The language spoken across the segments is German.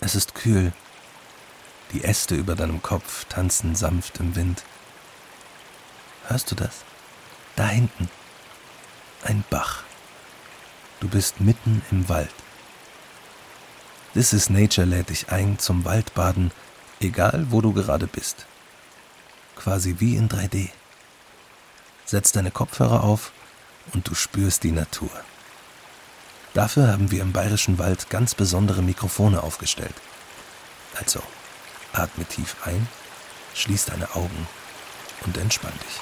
Es ist kühl. Die Äste über deinem Kopf tanzen sanft im Wind. Hörst du das? Da hinten. Ein Bach. Du bist mitten im Wald. This is Nature lädt dich ein zum Waldbaden, egal wo du gerade bist. Quasi wie in 3D. Setz deine Kopfhörer auf und du spürst die Natur. Dafür haben wir im Bayerischen Wald ganz besondere Mikrofone aufgestellt. Also, atme tief ein, schließ deine Augen und entspann dich.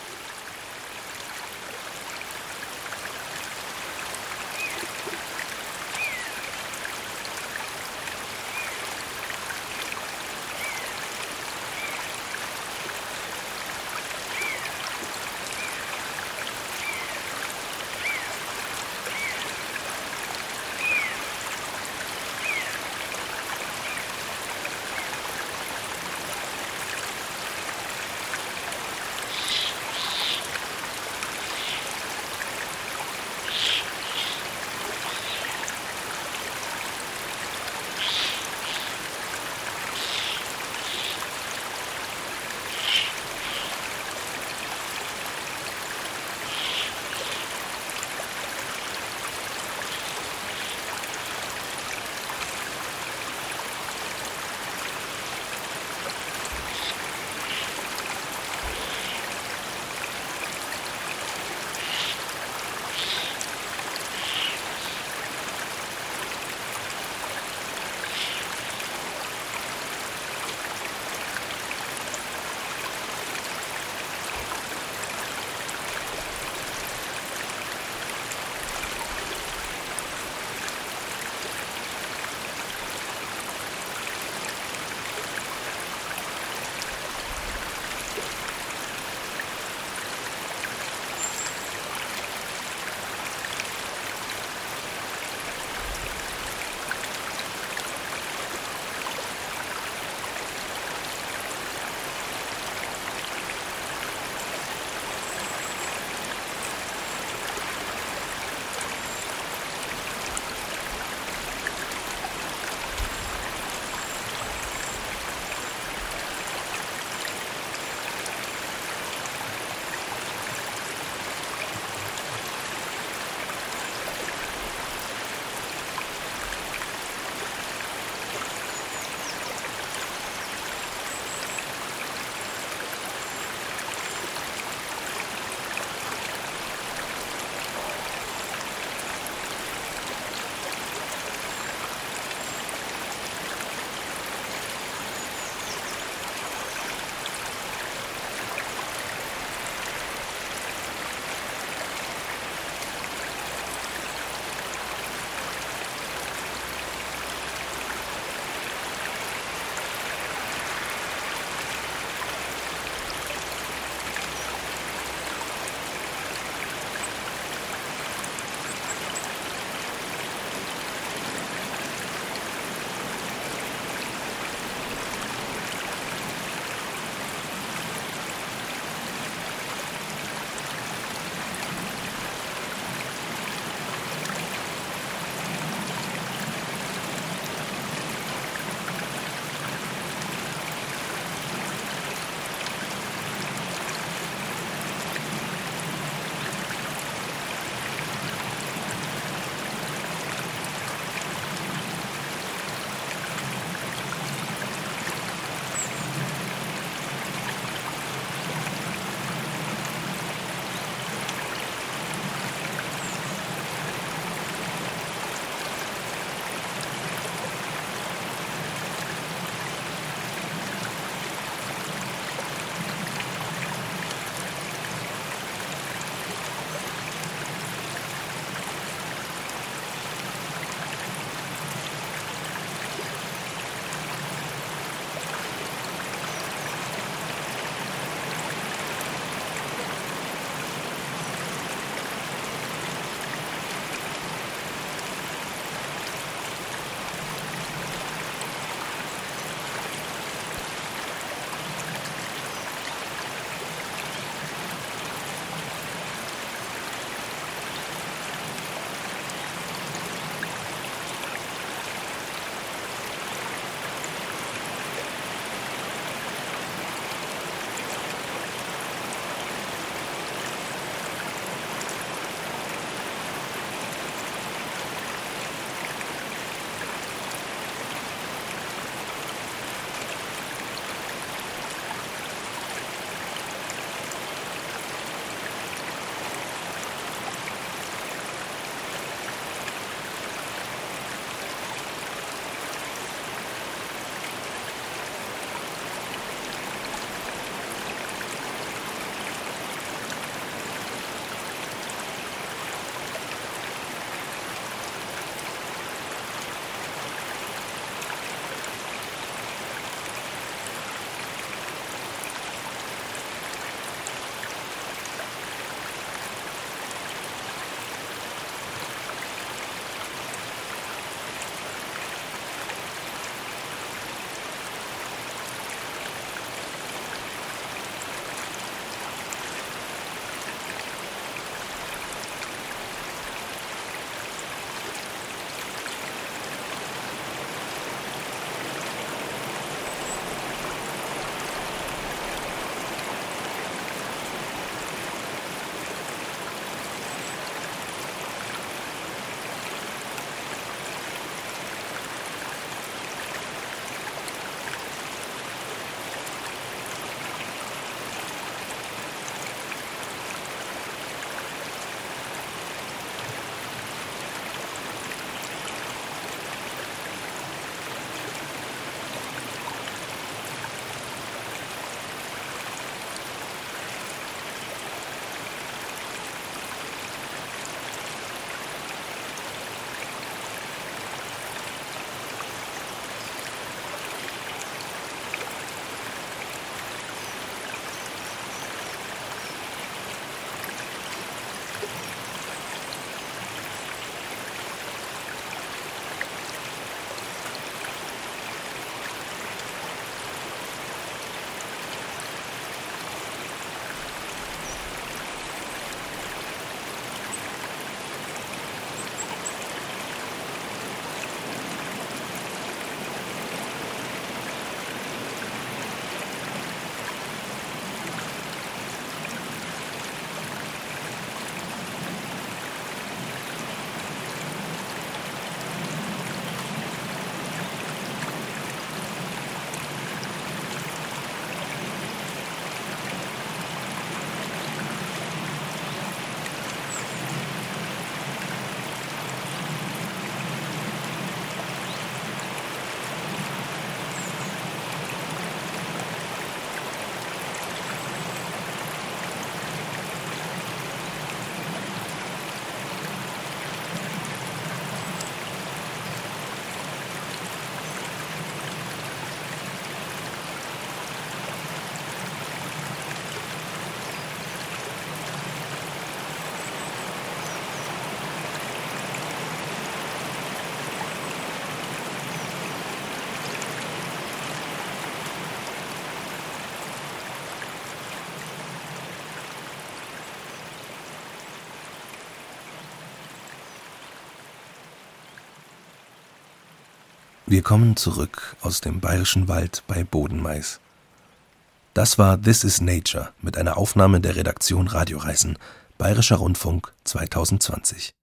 Wir kommen zurück aus dem bayerischen Wald bei Bodenmais. Das war This is Nature mit einer Aufnahme der Redaktion Radioreisen, Bayerischer Rundfunk 2020.